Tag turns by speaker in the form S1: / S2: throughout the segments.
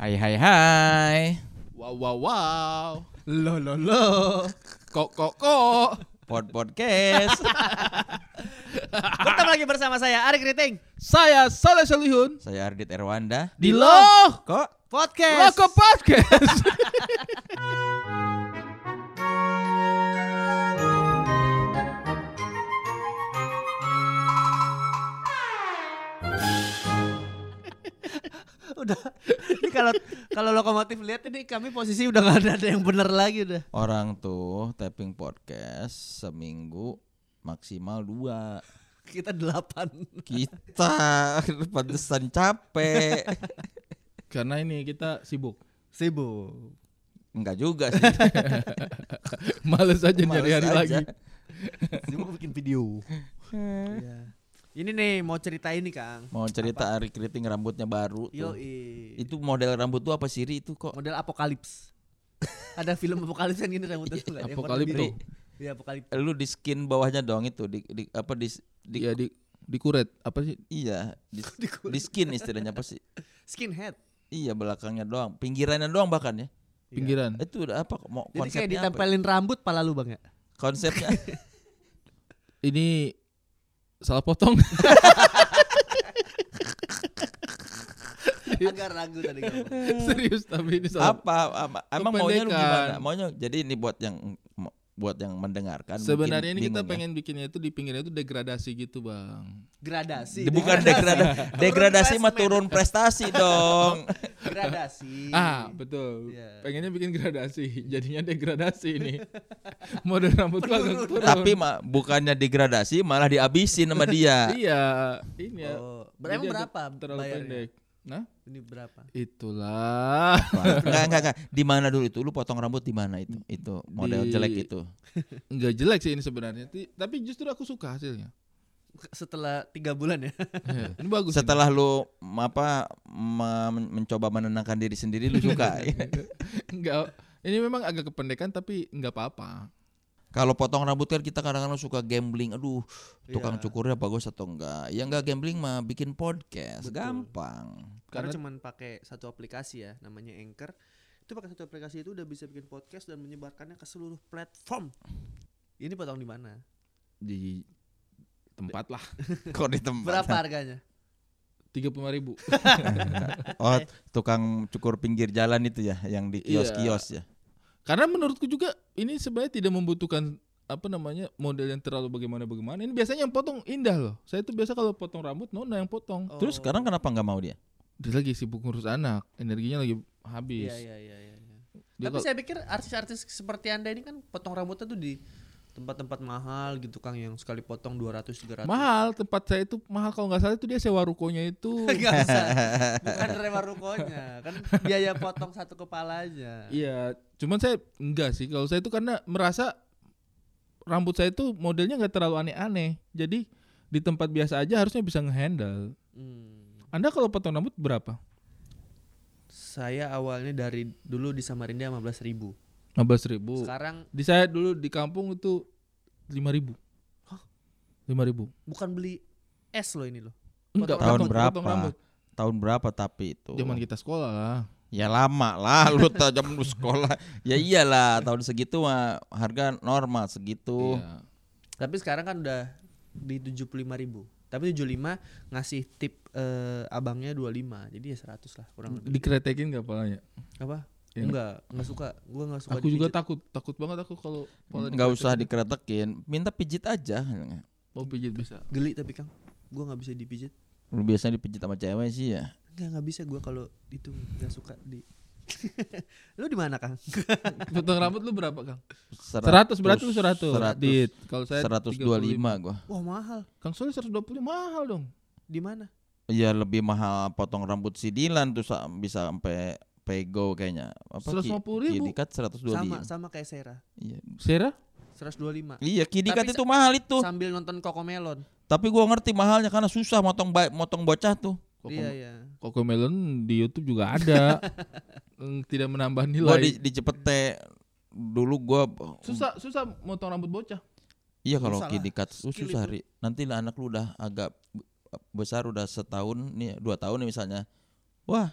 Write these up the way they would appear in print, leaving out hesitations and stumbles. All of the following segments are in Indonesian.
S1: Hai hai hai.
S2: Wow wow wow.
S3: Lo.
S2: Kok.
S1: Podcast.
S3: Bertemu lagi bersama saya Ari Kriting
S2: Saya Saleh Solihun
S1: Saya Ardit Erwanda.
S2: di Loh
S1: Kok
S3: Podcast.
S2: Loko Podcast.
S3: Udah. Ini kalau lokomotif lihat ini kami posisi udah gak ada yang benar lagi udah.
S1: orang tuh tapping podcast seminggu maksimal 2.
S3: Kita 8.
S1: Kita pantesan capek.
S2: Karena ini kita sibuk.
S3: Sibuk.
S1: Enggak juga sih.
S2: Males aja
S1: Males
S2: nyari-hari
S1: aja.
S2: lagi.
S3: Sibuk bikin video. Iya. Ini nih mau cerita ini Kang.
S1: Mau cerita Ari Kriting rambutnya baru tuh.
S3: Yoi.
S1: Itu model rambut tuh apa sih Ri? Itu kok
S3: Model apokalips. Ada film apokalips yang gini rambutnya tuh enggak?
S2: Apokalipto.
S3: Iya apokalips.
S1: lu di skin bawahnya doang itu di apa di
S2: Iya di kuret apa sih?
S1: iya di skin istilahnya apa sih?
S3: Skinhead.
S1: Iya belakangnya doang, pinggirannya doang bahkan ya.
S2: Pinggiran.
S1: Itu udah apa mau
S3: Jadi kayak
S1: konsepnya apa?
S3: ditempelin rambut pala lu Bang ya.
S1: Konsepnya
S2: Ini salah potong.
S3: Agak ragu tadi kamu.
S2: Serius tapi ini salah.
S1: apa emang maunya lu
S2: Kependekan.
S1: gimana? Maunya jadi ini buat yang mendengarkan.
S2: Sebenarnya
S1: mungkin
S2: ini kita
S1: bingung ya.
S2: pengen bikinnya itu di pinggirnya itu degradasi gitu, Bang.
S3: Gradasi.
S1: Bukan degradasi mah turun prestasi dong.
S3: Gradasi.
S2: Betul.
S3: Iya.
S2: Pengennya bikin gradasi, jadinya degradasi ini. Model rambut gua agak turun.
S1: Tapi bukannya degradasi malah dihabisin sama dia.
S2: Iya, ini ya.
S3: Oh,
S2: Jadi
S3: emang
S2: agak
S3: berapa
S2: terlalu
S3: bayarnya?
S2: pendek. Nah,
S3: Ini berapa?
S2: itulah.
S1: Enggak. Di mana dulu itu? Lu potong rambut di mana itu? Itu model
S2: Di-
S1: jelek itu.
S2: Enggak jelek sih ini sebenarnya. Tapi justru aku suka hasilnya.
S3: Setelah 3 bulan ya.
S2: Ini bagus.
S1: Setelah lu mencoba menenangkan diri sendiri lu suka.
S2: Enggak. Ini memang agak kependekan tapi enggak apa-apa.
S1: Kalau potong rambut kan kita kadang-kadang suka gambling. Aduh, tukang
S3: Iya.
S1: cukurnya bagus atau enggak? Ya enggak gambling mah bikin podcast,
S3: Betul.
S1: gampang.
S3: Karena
S2: Karena-
S3: cuman pakai satu aplikasi ya, namanya Anchor. Itu pakai satu aplikasi itu udah bisa bikin podcast dan menyebarkannya ke seluruh platform. Ini potong di mana?
S2: Di tempat lah.
S1: Kok di tempat?
S3: Berapa harganya?
S2: 35.000.
S1: Oh, tukang cukur pinggir jalan itu ya, yang di
S2: Iya.
S1: kios-kios ya.
S2: Karena menurutku juga ini sebenarnya tidak membutuhkan model yang terlalu bagaimana. Ini biasanya yang potong indah loh. Saya tuh biasa kalau potong rambut Nona yang potong.
S1: Terus sekarang kenapa enggak mau dia?
S2: Dia lagi sibuk ngurus anak, energinya lagi habis.
S3: Iya.
S2: Dia
S3: Tapi
S2: kalau-
S3: saya pikir artis-artis seperti Anda ini kan potong rambutnya tuh di tempat-tempat mahal gitu Kang, yang sekali potong 200-300.
S2: mahal, tempat saya itu mahal kalau nggak salah itu dia sewa rukonya itu.
S3: Enggak usah. Bukan rewa rukonya, kan biaya potong satu kepala aja.
S2: Iya, cuman saya enggak sih. Kalau saya itu karena merasa rambut saya itu modelnya nggak terlalu aneh-aneh. Jadi di tempat biasa aja harusnya bisa ngehandle. Anda kalau potong rambut berapa?
S3: Saya awalnya dari dulu di Samarinda 15.000.
S2: 15.000.
S3: Sekarang
S2: Di saya dulu di kampung itu 5.000.
S3: Hah?
S2: 5.000.
S3: bukan beli es loh ini loh.
S2: Enggak,
S1: Tahun
S2: potong
S1: berapa?
S2: rambut.
S1: Tahun berapa tapi itu?
S2: Zaman kita sekolah lah.
S1: Ya lama lah lu tahu zaman lu sekolah. Ya iyalah, tahun segitu mah harga normal segitu.
S2: Iya.
S3: Tapi sekarang kan udah di 75.000. Tapi 75 ngasih tip abangnya 25. Jadi ya 100 lah kurang lebih.
S2: Dikretekin enggak palanya?
S3: Apa?
S2: Iya.
S3: Enggak suka. Gua enggak suka
S2: Aku juga
S3: dipijit.
S2: takut banget aku kalau pola
S1: Enggak usah
S2: dikretekin.
S1: dikretekin, minta pijit aja.
S2: Mau pijit bisa.
S3: Geli tapi Kang. Gua enggak bisa dipijit.
S1: Lu biasanya dipijit sama cewek sih ya.
S3: Enggak bisa gua kalau itu enggak suka di Lu di mana Kang?
S2: Potong rambut lu berapa, Kang?
S1: 100
S2: 100 berarti lu 100.
S1: 100.
S2: Dit. Kalau saya
S1: 125 gua.
S3: Wah, mahal.
S2: Kang Soleh 120 mahal dong.
S3: Di mana?
S1: Iya lebih mahal potong rambut si Dilan tuh bisa sampai pego kayaknya. Apa
S2: 150.000.
S1: Kidikat 125.
S3: Sama kayak Sera.
S1: Iya.
S2: Sera?
S3: 125.
S1: Iya, Kidikat
S3: Tapi
S1: itu mahal itu.
S3: Sambil nonton Cocomelon.
S1: Tapi gua ngerti mahalnya karena susah motong bocah tuh.
S3: Iya.
S2: Cocomelon di YouTube juga ada. Tidak menambah
S1: Gua
S2: nilai.
S1: di Cepete dulu gua
S2: Susah motong rambut bocah.
S1: iya kalau
S3: Susah lah.
S1: Kidikat
S3: Skill
S1: susah
S3: itu.
S1: Ri. Nanti lah anak lu udah agak besar udah setahun nih 2 tahun nih misalnya. Wah,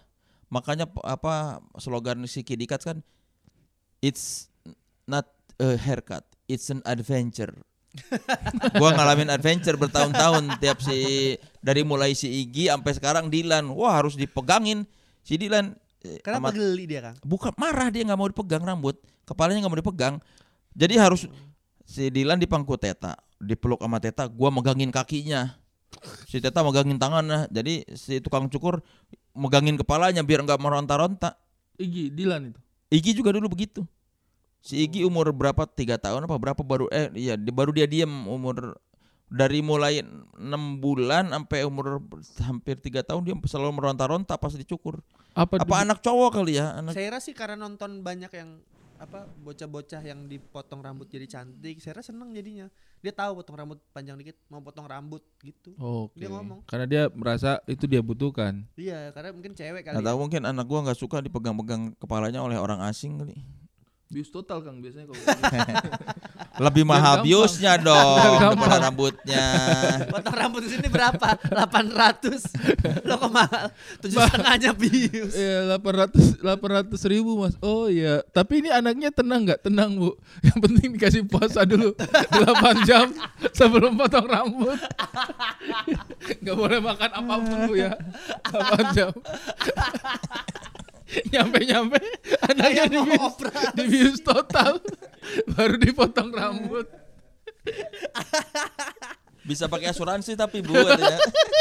S1: Makanya slogan si Kid Cuts kan, it's not a haircut, it's an adventure. Gua ngalamin adventure bertahun-tahun tiap dari mulai si Iggy sampai sekarang Dilan. Wah, harus dipegangin si Dilan.
S3: Kenapa geli dia, Kang?
S1: Bukan marah, dia nggak mau dipegang rambut, kepalanya nggak mau dipegang. Jadi harus si Dilan dipangku Teta, dipeluk sama Teta, gua megangin kakinya. Si Teta megangin tangannya. Jadi si tukang cukur megangin kepalanya biar nggak meronta-ronta.
S2: Iggy, Dilan itu.
S1: Iggy juga dulu begitu. Si Iggy umur berapa 3 tahun apa berapa baru baru dia diam umur dari mulai 6 bulan sampai umur hampir 3 tahun dia selalu meronta-ronta pas dicukur. Apa anak cowok kali ya?
S3: Saya rasa sih karena nonton banyak yang bocah-bocah yang dipotong rambut jadi cantik, saya rasa seneng jadinya. Dia tahu potong rambut panjang dikit mau potong rambut gitu.
S2: Oke.
S3: Dia ngomong.
S2: Karena dia merasa itu dia butuhkan.
S3: Iya, karena mungkin cewek kali.
S1: Atau mungkin anak gua nggak suka dipegang-pegang kepalanya oleh orang asing kali.
S2: Bius total, Kang, biasanya kalau
S1: Lebih mahal
S2: gampang.
S1: biusnya dong daripada rambutnya.
S3: Potong rambut di sini berapa? 800. Lo kok mahal? 7,5-nya bius.
S2: Iya, 800 ribu, Mas. Oh iya, tapi ini anaknya tenang nggak? Tenang, Bu. Yang penting dikasih puasa dulu 8 jam sebelum potong rambut. Nggak boleh makan apapun, Bu, ya. 8 jam. Nyampe anaknya dibius total, baru dipotong rambut.
S1: Bisa pakai asuransi tapi Bu katanya.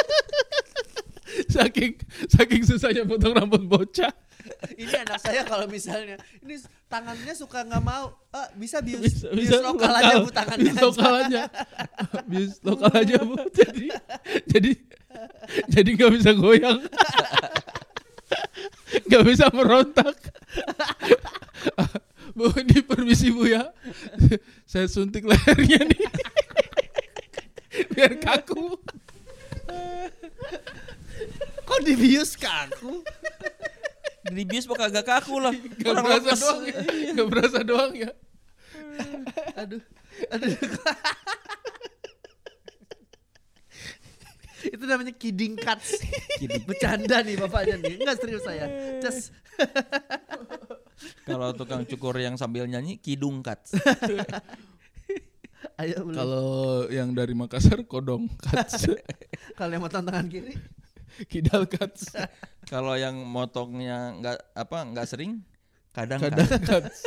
S2: Saking susahnya potong rambut bocah.
S3: Ini anak saya kalau misalnya ini tangannya suka nggak mau, bisa bius lokal aja Bu tangannya.
S2: Bius lokal aja. Bius lokal aja, Bu. Jadi nggak bisa goyang. Gak bisa merontak. Bu, ini permisi Bu ya. Saya suntik lehernya nih. Biar kaku.
S3: Kok dibius kaku?
S1: Dibius bakal agak kaku lah.
S2: Gak berasa doang ya. Gak berasa doang ya.
S3: Aduh. Itu namanya kidding cuts. Bercanda nih bapaknya nih. Enggak serius saya. Just.
S1: Kalau tukang cukur yang sambil nyanyi Kidung Cuts.
S3: Ayo boleh.
S2: Kalau yang dari Makassar Kodong Cuts.
S3: Kalau yang motong tangan kiri
S2: Kidal Cuts.
S1: Kalau yang motongnya nggak sering kadang
S2: Cuts.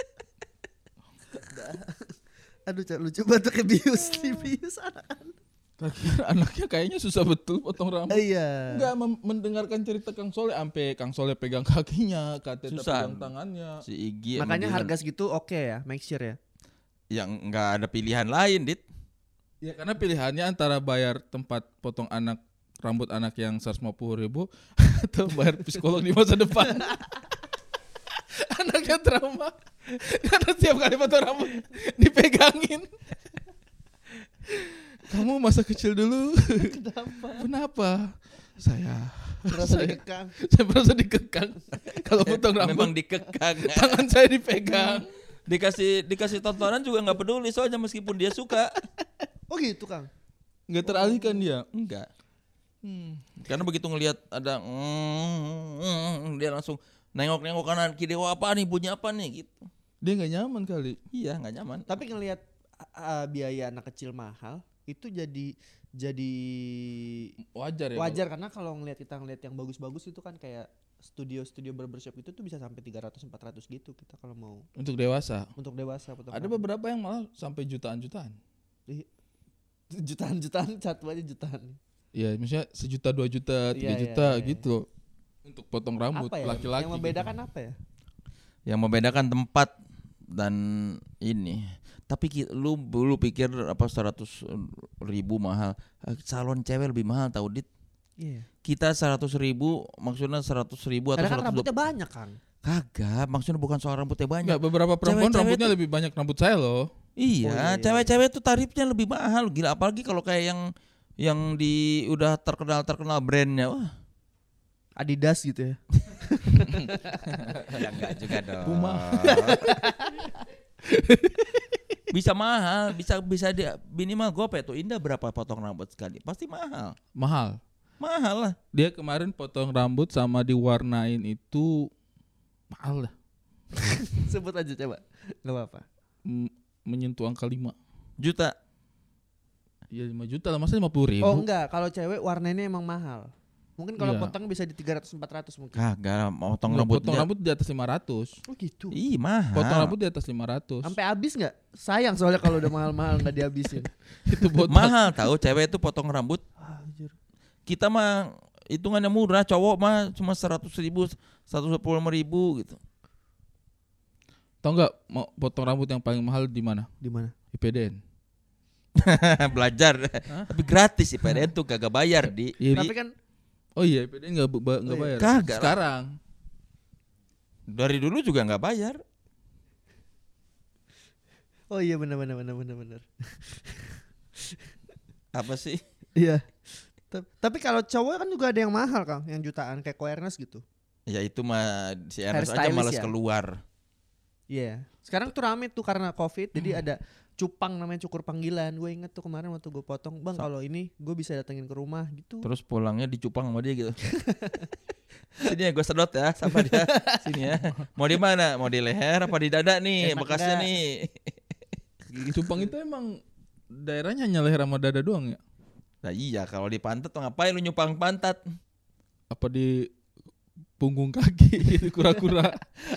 S3: Aduh, lucu banget kayak bius dibius anak-anak.
S2: Anaknya kayaknya susah betul potong rambut.
S3: Iya.
S2: Enggak mendengarkan cerita Kang Soleh sampai Kang Soleh pegang kakinya, Kak Teta pegang tangannya.
S1: Si Iggy.
S3: Makanya harga segitu oke ya, make sure ya.
S1: Yang nggak ada pilihan lain, Dit.
S2: Ya karena pilihannya antara bayar tempat potong rambut anak yang 150.000 atau bayar psikolog di masa depan. Anaknya trauma karena setiap kali potong rambut dipegangin. Kamu masa kecil dulu. Kenapa? Saya merasa dikekang. Kalau potong rambut
S1: Memang dikekang.
S2: tangan saya dipegang.
S1: Dikasih tontonan juga nggak peduli soalnya meskipun dia suka.
S3: Oh gitu, Kang.
S2: Nggak teralihkan dia.
S1: Enggak. Karena begitu ngelihat ada dia langsung nengok kanan kiri, apa nih bunyi apa nih gitu.
S2: Dia nggak nyaman kali.
S1: Iya nggak nyaman.
S3: Tapi ngelihat biaya anak kecil mahal itu jadi
S2: Wajar ya.
S3: wajar karena kalau ngelihat yang bagus-bagus itu kan kayak studio barbershop itu tuh bisa sampai 300-400 gitu kita kalau mau
S2: Untuk dewasa.
S3: potong
S2: Ada
S3: rambut.
S2: beberapa yang malah sampai jutaan.
S3: Jutaan satu aja jutaan.
S2: Iya, misalnya 1 juta, 2 juta, 3
S3: Iya,
S2: juta
S3: iya.
S2: gitu. Untuk potong rambut
S3: Apa ya?
S2: laki-laki.
S3: Yang membedakan apa ya?
S1: Yang membedakan tempat dan ini. Tapi lu pikir 100.000 mahal? Salon cewek lebih mahal tau, Dit.
S3: Iya.
S1: Kita 100.000 maksudnya 100.000 atau
S3: Karena kan
S1: 120.
S3: rambutnya banyak, Kang.
S1: Kagak, maksudnya bukan soal rambutnya banyak.
S2: Enggak, beberapa perempuan
S1: Cewek-cewek
S2: rambutnya lebih banyak rambut saya loh.
S1: Iya, cewek-cewek tuh tarifnya lebih mahal, gila. Apalagi kalau kayak yang udah terkenal brandnya, wah.
S3: Adidas gitu ya.
S1: Ya enggak juga dong.
S2: Puma.
S1: Bisa mahal, bisa dia minimal gope tuh. Indah berapa potong rambut sekali? Pasti mahal.
S2: Mahal.
S1: Mahal lah.
S2: Dia kemarin potong rambut sama diwarnain itu mahal lah.
S3: Sebut aja coba. Enggak apa-apa.
S2: Menyentuh angka 5
S1: Juta.
S2: Ya 5 juta lah, masa 50.000.
S3: Oh enggak, kalau cewek warnanya emang mahal. Mungkin kalau
S2: Iya.
S3: potong bisa di 300-400 mungkin.
S1: Kagak potong
S2: Nggak,
S1: rambut.
S2: potong rambut di atas 500.
S3: Oh gitu.
S1: Ih, mahal.
S2: Potong rambut di atas 500.
S3: Sampai habis enggak? Sayang soalnya kalau udah mahal-mahal enggak dihabisin.
S2: Itu botak.
S1: Mahal tahu cewek itu potong rambut.
S3: Anjir.
S1: Kita mah hitungannya murah, cowok mah cuma 100.000, 125.000 gitu.
S2: Tahu nggak mau potong rambut yang paling mahal di mana?
S3: Di mana?
S2: IPDN.
S1: Belajar. Tapi gratis IPDN tuh kagak bayar di.
S2: Iya,
S3: Tapi kan
S2: oh iya, IPDN nggak
S3: Oh iya.
S2: bayar.
S1: Kagak lah.
S2: Sekarang.
S1: Dari dulu juga nggak bayar.
S3: oh iya benar.
S1: Apa sih?
S3: Iya. Tapi kalau cowok kan juga ada yang mahal Kang, yang jutaan kayak Koernes gitu.
S1: Ya itu mah si Ernest aja
S3: Hairstylist
S1: malas
S3: ya?
S1: keluar.
S3: Iya. Sekarang tuh rame tuh karena Covid, jadi ada cupang namanya cukur panggilan. Gue inget tuh kemarin waktu gue potong, "Bang, kalau ini gue bisa datengin ke rumah." gitu.
S1: Terus pulangnya dicupang sama dia gitu. Sini ya gue sedot ya sama dia. Sini ya. Mau di mana? Mau di leher apa di dada nih?
S3: Enak
S1: Bekasnya
S3: enggak?
S1: nih.
S2: Cupang itu emang daerahnya hanya leher sama dada doang ya?
S1: Nah iya kalau di pantat tuh ngapain lu nyupang pantat?
S2: Apa di punggung kaki gitu kura-kura?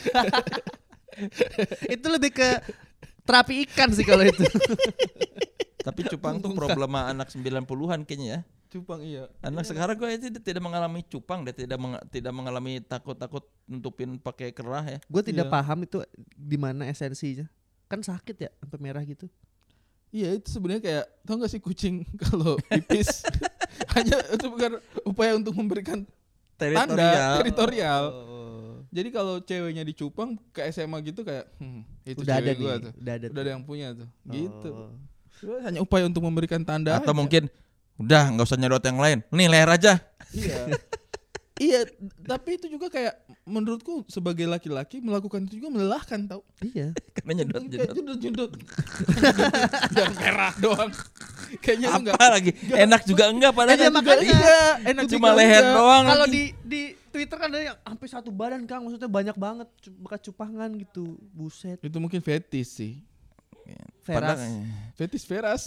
S3: Itu lebih ke terapi ikan sih kalau itu.
S1: Tapi cupang tuh problema anak 90-an kayaknya ya.
S2: Cupang iya.
S1: Anak sekarang gue itu tidak mengalami cupang, dia tidak mengalami takut nutupin pakai kerah ya.
S3: Gue tidak
S2: Iya.
S3: paham itu di mana esensinya. Kan sakit ya sampai merah gitu.
S2: Iya, itu sebenarnya kayak tau gak sih kucing kalau pipis hanya itu bukan upaya untuk memberikan tanda teritorial.
S3: Oh.
S2: Jadi kalau ceweknya dicupang ke SMA gitu kayak itu
S3: Udah
S2: cewek
S3: ada
S2: gua
S3: nih,
S2: tuh.
S3: udah ada.
S2: Udah ada yang punya tuh. Gitu.
S3: Oh.
S2: Itu hanya upaya untuk memberikan tanda.
S1: Atau
S2: aja.
S1: mungkin udah nggak usah nyedot yang lain. Nih leher aja.
S2: Iya. Iya, tapi itu juga kayak menurutku sebagai laki-laki melakukan itu juga melelahkan tau.
S3: Iya.
S1: Karena nyedot.
S2: Kayak jundut. Yang merah doang. Kayaknya itu enggak.
S1: Apa lagi? Enak juga enggak padahal.
S3: Iya,
S1: juga
S3: makanya.
S1: iya.
S2: Enak
S1: Cuma
S2: juga
S1: leher
S2: enggak.
S1: doang.
S3: Kalau
S1: lagi.
S3: di Twitter kan ada yang sampai satu badan Kang, maksudnya banyak banget bekas cupangan gitu. Buset.
S2: Itu mungkin fetis sih.
S3: Veras.
S2: Fetis veras.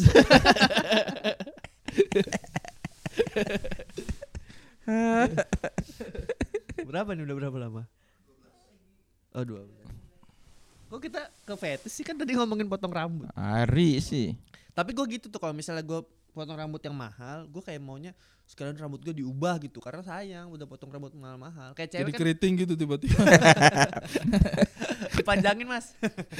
S3: Berapa nih, udah berapa lama? Oh 2. Kok kita ke fetish sih, kan tadi ngomongin potong rambut.
S1: Hari sih.
S3: Tapi gue gitu tuh, kalau misalnya gue potong rambut yang mahal, gue kayak maunya sekalian rambut gue diubah gitu, karena sayang udah potong rambut mahal-mahal. Kayak
S2: Jadi
S3: cewek kan
S2: keriting gitu tiba-tiba.
S3: dipanjangin mas.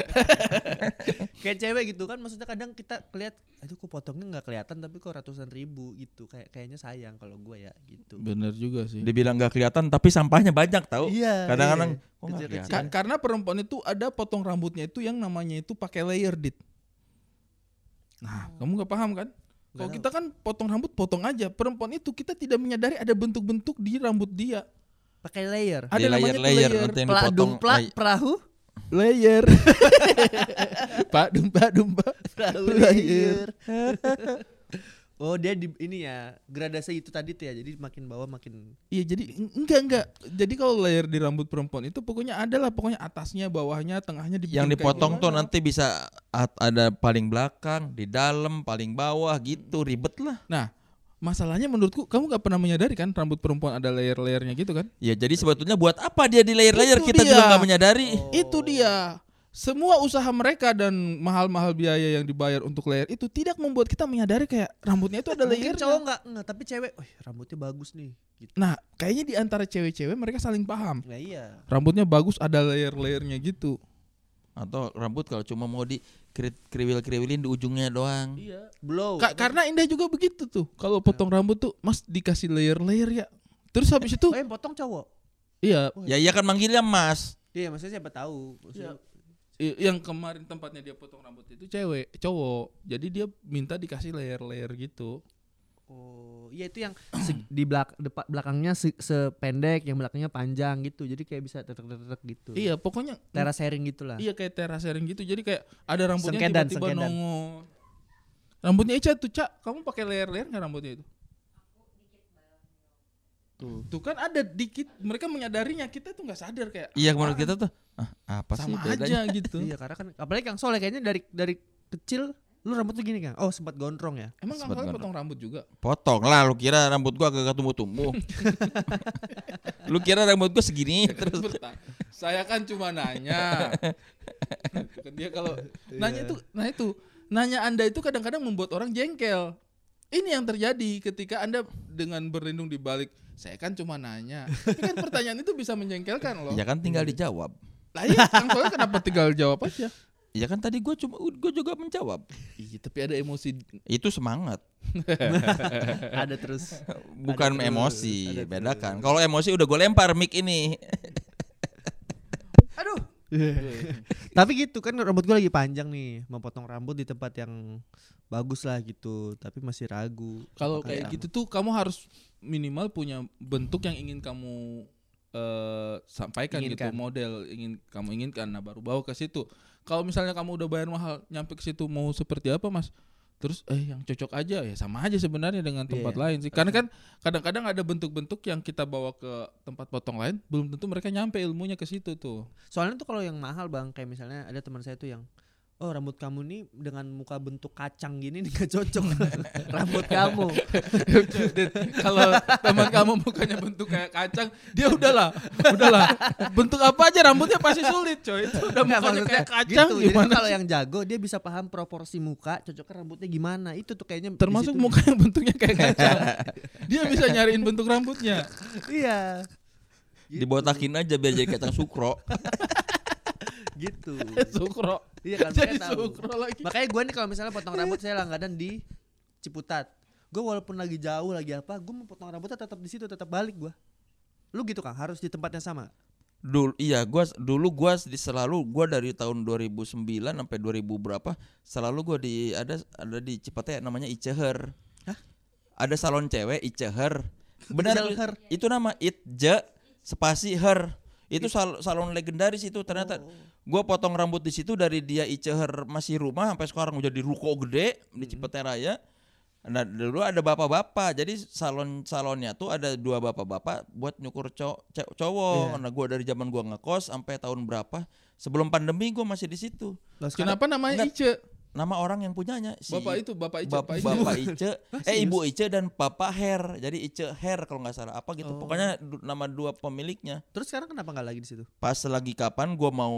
S3: Kayak cewek gitu kan, maksudnya kadang kita keliat, aduh kok potongnya nggak kelihatan tapi kok ratusan ribu gitu, kayaknya sayang kalau gue ya gitu.
S2: Bener juga sih.
S1: Dibilang nggak kelihatan tapi sampahnya banyak tahu.
S3: Iya,
S1: Kadang-kadang
S3: iya.
S1: kok nggak
S3: Kecil-kecil.
S1: kelihatan.
S2: Karena perempuan itu ada potong rambutnya itu yang namanya itu pakai layer dit. Nah, kamu nggak paham kan? Kalau
S3: Nggak
S2: kita kan potong rambut potong aja. Perempuan itu kita tidak menyadari ada bentuk-bentuk di rambut dia.
S3: Pakai layer.
S2: Ada
S1: Di
S2: namanya tuh
S1: layer-layer
S2: layer.
S1: nanti yang
S3: Peladung
S1: dipotong.
S3: perahu.
S2: Layer. Pak dumpa.
S3: Perahu
S2: Layer.
S3: layer. Oh dia di ini ya, gradasi itu tadi tuh ya, jadi makin bawah makin.
S2: Iya jadi enggak. Jadi kalau layer di rambut perempuan itu pokoknya adalah pokoknya atasnya, bawahnya, tengahnya dibikin
S1: Yang
S2: kayak
S1: dipotong tuh
S2: gimana.
S1: nanti bisa ada paling belakang, di dalam, paling bawah gitu, ribet lah.
S2: Nah, masalahnya menurutku kamu gak pernah menyadari kan rambut perempuan ada layer-layernya gitu kan?
S1: Ya jadi sebetulnya buat apa dia di layer-layer,
S2: Itu
S1: kita
S2: dia.
S1: juga nggak menyadari.
S3: Oh.
S2: Itu dia. Semua usaha mereka dan mahal-mahal biaya yang dibayar untuk layer itu tidak membuat kita menyadari kayak rambutnya itu ada
S3: Mungkin
S2: layernya.
S3: cowok nggak, tapi cewek, rambutnya bagus nih. Gitu.
S2: Nah, kayaknya di antara cewek-cewek mereka saling paham.
S3: Nah iya.
S2: Rambutnya bagus ada layer-layernya gitu.
S1: Atau rambut kalau cuma mau di kriwil-kriwilin di ujungnya doang.
S3: Iya. Blow.
S2: Karena Indah juga begitu tuh. Kalau potong rambut tuh, Mas dikasih layer-layer ya. Terus habis itu,
S3: yang potong cowok.
S2: iya,
S1: Ya iya kan manggilnya Mas.
S3: Iya, maksudnya siapa tahu. Maksudnya,
S2: yang kemarin tempatnya dia potong rambut itu cowok. Jadi dia minta dikasih layer-layer gitu.
S3: oh, iya itu yang di belakangnya sependek, yang belakangnya panjang gitu. Jadi kayak bisa tetek-tetek gitu.
S2: Iya, pokoknya
S3: Teras sharing gitulah.
S2: iya kayak terasering gitu. Jadi kayak ada rambutnya
S3: Sengkedan,
S2: tiba-tiba
S3: sengkedan.
S2: nongol. Rambutnya Ica tuh, Cak, kamu pakai layer-layer enggak rambutnya itu? Tuh kan ada dikit mereka menyadarinya, kita tuh nggak sadar kayak.
S1: Iya menurut kita tuh apa sih
S2: sama
S1: bedanya?
S2: aja gitu.
S3: Iya karena kan apalagi Kang Soleh kayaknya dari kecil lu rambut tuh gini Kang. Oh sempat gondrong ya.
S2: Emang Kang
S1: Sempat
S2: Soleh
S1: gondrong.
S2: potong rambut juga?
S1: Potong lah, lu kira rambut gua agak tumbuh-tumbuh. Lu kira rambut gua segini terus.
S2: Saya kan cuma nanya. Dia kalau nanya Anda itu kadang-kadang membuat orang jengkel. Ini yang terjadi ketika Anda dengan berlindung di balik saya kan cuma nanya. Tapi kan pertanyaan itu bisa menjengkelkan loh.
S1: Ya kan tinggal dijawab.
S2: Lah iya, Kang Soleh kenapa tinggal jawab aja?
S1: Ya kan tadi gua juga menjawab.
S2: Iya, tapi ada emosi.
S1: Itu semangat,
S3: Ada terus.
S1: bukan
S3: Ada terus,
S1: emosi.
S3: ada
S1: Bedakan. Kalau emosi udah gue lempar mic ini.
S3: Aduh. Tapi gitu kan rambut gue lagi panjang nih, mau potong rambut di tempat yang bagus lah gitu, tapi masih ragu.
S2: Kalau
S3: Apakah
S2: kayak
S3: yang-
S2: gitu tuh kamu harus minimal punya bentuk yang ingin kamu sampaikan
S3: Inginkan.
S2: gitu, model kamu inginkan, nah baru bawa ke situ. Kalau misalnya kamu udah bayar mahal nyampe ke situ mau seperti apa Mas? Terus yang cocok aja ya sama aja sebenarnya dengan tempat
S3: Iya.
S2: lain sih. Karena kan kadang-kadang ada bentuk-bentuk yang kita bawa ke tempat potong lain belum tentu mereka nyampe ilmunya ke situ tuh.
S3: Soalnya tuh kalau yang mahal Bang, kayak misalnya ada teman saya tuh yang rambut kamu nih dengan muka bentuk kacang gini nih gak cocok rambut kamu.
S2: Kalau teman kamu mukanya bentuk kayak kacang, dia udahlah. Bentuk apa aja rambutnya pasti sulit, coy. Itu udah
S3: Nggak,
S2: mukanya
S3: maksudnya
S2: kayak kacang
S3: gitu. Jadi
S2: gimana?
S3: kalau yang jago dia bisa paham proporsi muka, cocoknya rambutnya gimana. Itu tuh kayaknya di
S2: Termasuk
S3: situ.
S2: muka yang bentuknya kayak kacang. Dia bisa nyariin bentuk rambutnya.
S3: Iya.
S1: Dibotakin aja biar jadi kacang sukro.
S3: Gitu.
S2: Sukro.
S3: Iya kan
S2: Jadi
S3: saya tahu.
S2: sukro lagi.
S3: Makanya gue nih kalau misalnya potong rambut saya langganan di Ciputat. Gue walaupun lagi jauh lagi apa, gue mau potong rambutnya tetap di situ, tetap balik gue. Lu gitu Kang, harus di tempatnya sama.
S1: Dulu gua selalu dari tahun 2009 sampai 2000 berapa selalu gua ada di Cipete namanya Iceher.
S3: Hah?
S1: Ada salon cewek Iceher. Benar
S3: Iceher.
S1: itu nama Itje spasi her. Itu salon legendaris itu ternyata. Gua potong rambut di situ dari dia Iceher masih rumah sampai sekarang udah di ruko gede di Cipete Raya. Nah dulu ada bapak-bapak, jadi salonnya tuh ada 2 bapak-bapak buat nyukur cowok.
S3: Iya.
S1: Nah gua dari zaman gua ngekos sampai tahun berapa sebelum pandemi gua masih di situ.
S3: Lah, sekarang-
S2: Kenapa namanya
S1: Enggak.
S2: Ice?
S1: Nama orang yang punyanya si
S2: Bapak Ice,
S1: Bapak Ice,
S3: serius?
S1: Ibu Ice dan Bapak Her. Jadi Ice Her kalau nggak salah apa gitu.
S3: Oh.
S1: Pokoknya nama 2 pemiliknya.
S3: Terus sekarang kenapa nggak lagi di situ?
S1: Pas lagi kapan gua mau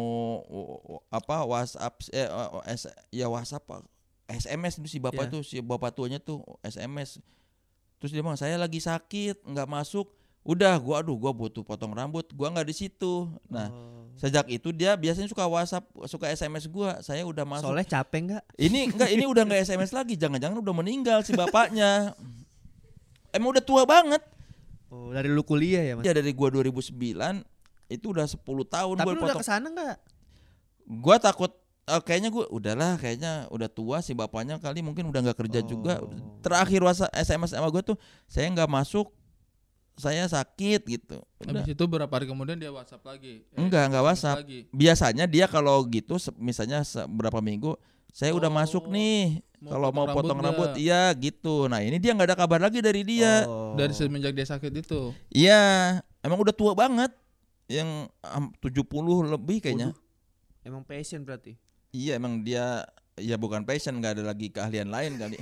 S1: WhatsApp WhatsApp SMS itu si bapak
S3: Iya.
S1: tuh si bapak tuanya tuh SMS. Terus dia bilang saya lagi sakit nggak masuk. Udah gua butuh potong rambut, gua nggak di situ. Nah sejak itu dia biasanya suka WhatsApp, suka SMS gua. Saya udah masuk.
S3: Soleh capek nggak?
S1: Ini udah nggak SMS lagi. Jangan-jangan udah meninggal si bapaknya. Emang udah tua banget.
S3: Oh, dari lu kuliah ya Mas?
S1: Ya dari gua 2009 itu udah 10 tahun
S3: Tapi
S1: gua
S3: lu udah
S1: potong.
S3: kesana nggak?
S1: Gua takut kayaknya kayaknya udah tua si bapaknya kali mungkin udah nggak kerja juga. Terakhir SMS sama gue tuh saya nggak masuk, saya sakit gitu. Udah.
S2: Habis itu berapa hari kemudian dia WhatsApp lagi?
S1: Enggak
S2: SMS
S1: WhatsApp.
S2: lagi.
S1: Biasanya dia kalau gitu misalnya berapa minggu saya udah masuk nih.
S2: Mau
S1: Kalau mau potong
S2: potong
S1: rambut
S2: rambut
S1: iya gitu. Nah ini dia nggak ada kabar lagi dari dia.
S3: Oh.
S2: Dari semenjak dia sakit itu.
S1: Iya emang udah tua banget. Yang 70 lebih kayaknya.
S3: Waduh. Emang passion berarti.
S1: Iya emang dia ya bukan passion, nggak ada lagi keahlian lain kali.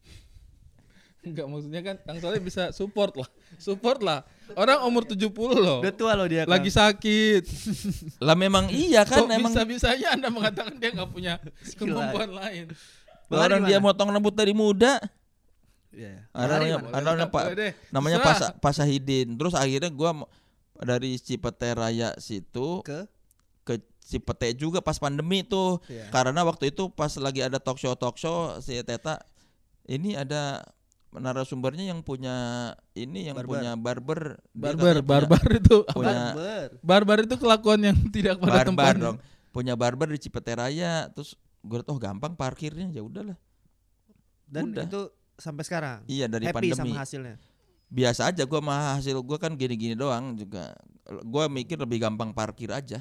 S2: Enggak, maksudnya kan Kang Soleh bisa support lah. Orang umur 70 loh.
S3: Udah tua loh dia.
S2: Lagi sakit.
S1: Lah memang iya kan
S2: Kok
S1: emang
S2: bisa-bisanya Anda mengatakan dia nggak punya
S3: Skill
S2: kemampuan lain.
S1: orang dia motong rambut dari muda.
S3: Iya.
S1: Namanya Pak Sahidin. Terus akhirnya gua dari Cipete Raya situ
S3: Ke
S1: Cipete juga pas pandemi tuh.
S3: Iya.
S1: Karena waktu itu pas lagi ada talk show si Teta ini ada narasumbernya yang punya ini yang
S3: Barber.
S1: punya barber. Dia
S2: Barbar
S1: katanya
S2: itu apa?
S1: punya
S2: Barbar itu kelakuan yang tidak pada
S1: barbar
S2: tempatnya.
S1: dong. Punya barber di Cipete Raya. Terus gue gampang parkirnya ya udahlah.
S3: Dan
S1: Udah.
S3: itu sampai sekarang.
S1: Iya dari
S3: Happy
S1: pandemi.
S3: sama hasilnya.
S1: Biasa aja gua mah hasil gua kan gini-gini doang juga. Gua mikir lebih gampang parkir aja.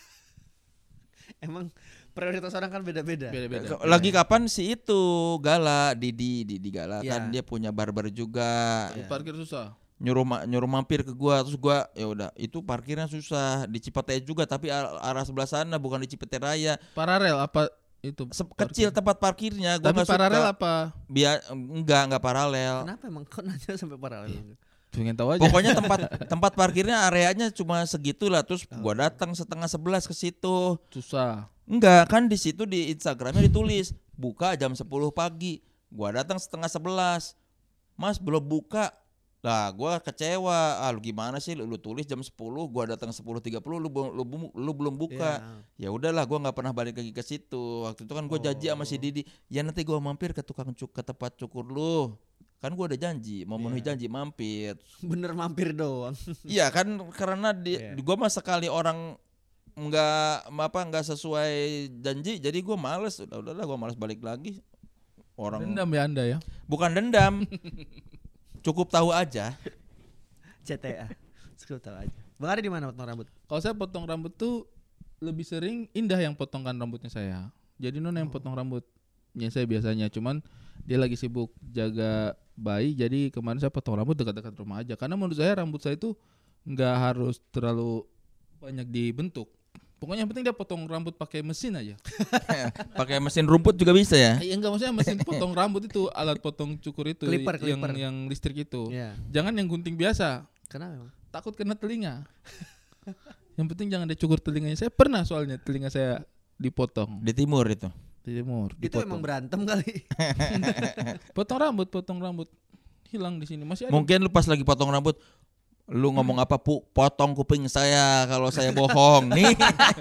S3: Emang prioritas orang kan beda-beda.
S2: Beda-beda.
S1: Lagi kapan sih itu Gala Didi Gala
S3: Iya.
S1: kan dia punya barber juga.
S3: Iya.
S2: Parkir susah.
S1: nyuruh mampir ke gua, terus gua ya udah itu parkirnya susah di Cipete juga tapi arah sebelah sana bukan di Cipete Raya.
S2: Paralel apa itu?
S1: Kecil tempat parkirnya gua
S2: Tapi
S1: nggak
S2: paralel
S1: suka.
S2: apa?
S1: Enggak paralel.
S3: Kenapa emang kok nanya sampai paralel?
S2: Pengen tahu aja.
S1: Pokoknya tempat parkirnya areanya cuma segitu lah, terus gua datang 10:30 ke situ.
S2: Susah.
S1: Enggak, kan di situ di Instagramnya ditulis buka jam 10 pagi. Gua datang 10:30. Mas belum buka. Lah gua kecewa. Lu gimana sih lu tulis jam 10, gua datang 10:30 lu belum buka. Ya udahlah gua enggak pernah balik lagi ke situ. Waktu itu kan gua janji sama si Didi, ya nanti gua mampir ke ke tempat cukur lu. Kan gua udah janji, memenuhi janji mampir.
S3: Bener mampir doang.
S1: Iya kan karena gua mah sekali orang enggak sesuai janji, jadi gua males. Udahlah gua males balik lagi. Orang
S2: Dendam ya Anda ya?
S1: bukan dendam. Cukup tahu aja.
S3: CTA. Cukup tahu aja. Bang Ari di mana potong rambut?
S2: Kalau saya potong rambut tuh lebih sering Indah yang potongkan rambutnya saya. Jadi Nona yang potong rambutnya saya biasanya. Cuman dia lagi sibuk jaga bayi, jadi kemarin saya potong rambut dekat-dekat rumah aja. Karena menurut saya rambut saya itu nggak harus terlalu banyak dibentuk. Pokoknya yang penting dia potong rambut pakai mesin aja.
S1: Pakai mesin rumput juga bisa ya?
S2: Iya enggak, maksudnya mesin potong rambut itu, alat potong cukur itu,
S3: Clipper.
S2: yang listrik itu.
S3: Iya.
S2: Jangan yang gunting biasa.
S3: Kenapa emang?
S2: Takut kena telinga. Yang penting jangan dicukur telinganya. Saya pernah soalnya telinga saya dipotong
S1: Di timur itu.
S2: di timur.
S3: Itu
S2: Dipotong.
S3: emang berantem kali.
S2: Potong rambut hilang di sini. Masih ada.
S1: Mungkin lu pas lagi potong rambut lu ngomong apa potong kuping saya kalau saya bohong nih.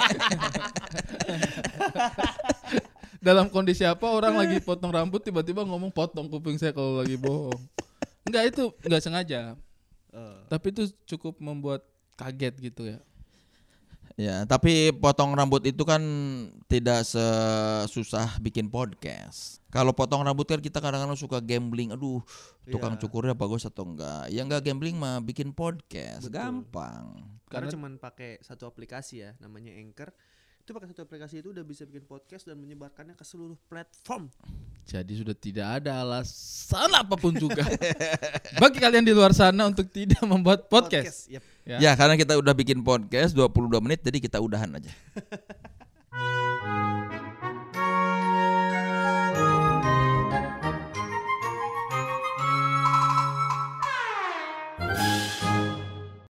S2: Dalam kondisi apa orang lagi potong rambut tiba-tiba ngomong potong kuping saya kalau lagi bohong. Enggak, itu enggak sengaja. Tapi itu cukup membuat kaget gitu ya.
S1: Ya, tapi potong rambut itu kan tidak sesusah bikin podcast. Kalau potong rambut kan kita kadang-kadang suka gambling. Aduh, tukang cukurnya bagus atau enggak. Ya enggak gambling mah bikin podcast.
S3: Betul.
S1: Gampang.
S3: Karena cuman pakai satu aplikasi ya, namanya Anchor. Itu pakai satu aplikasi itu udah bisa bikin podcast dan menyebarkannya ke seluruh platform.
S2: Jadi sudah tidak ada alasan apapun juga bagi kalian di luar sana untuk tidak membuat podcast.
S3: Yep.
S1: Ya, karena kita udah bikin podcast 22 menit jadi kita udahan aja.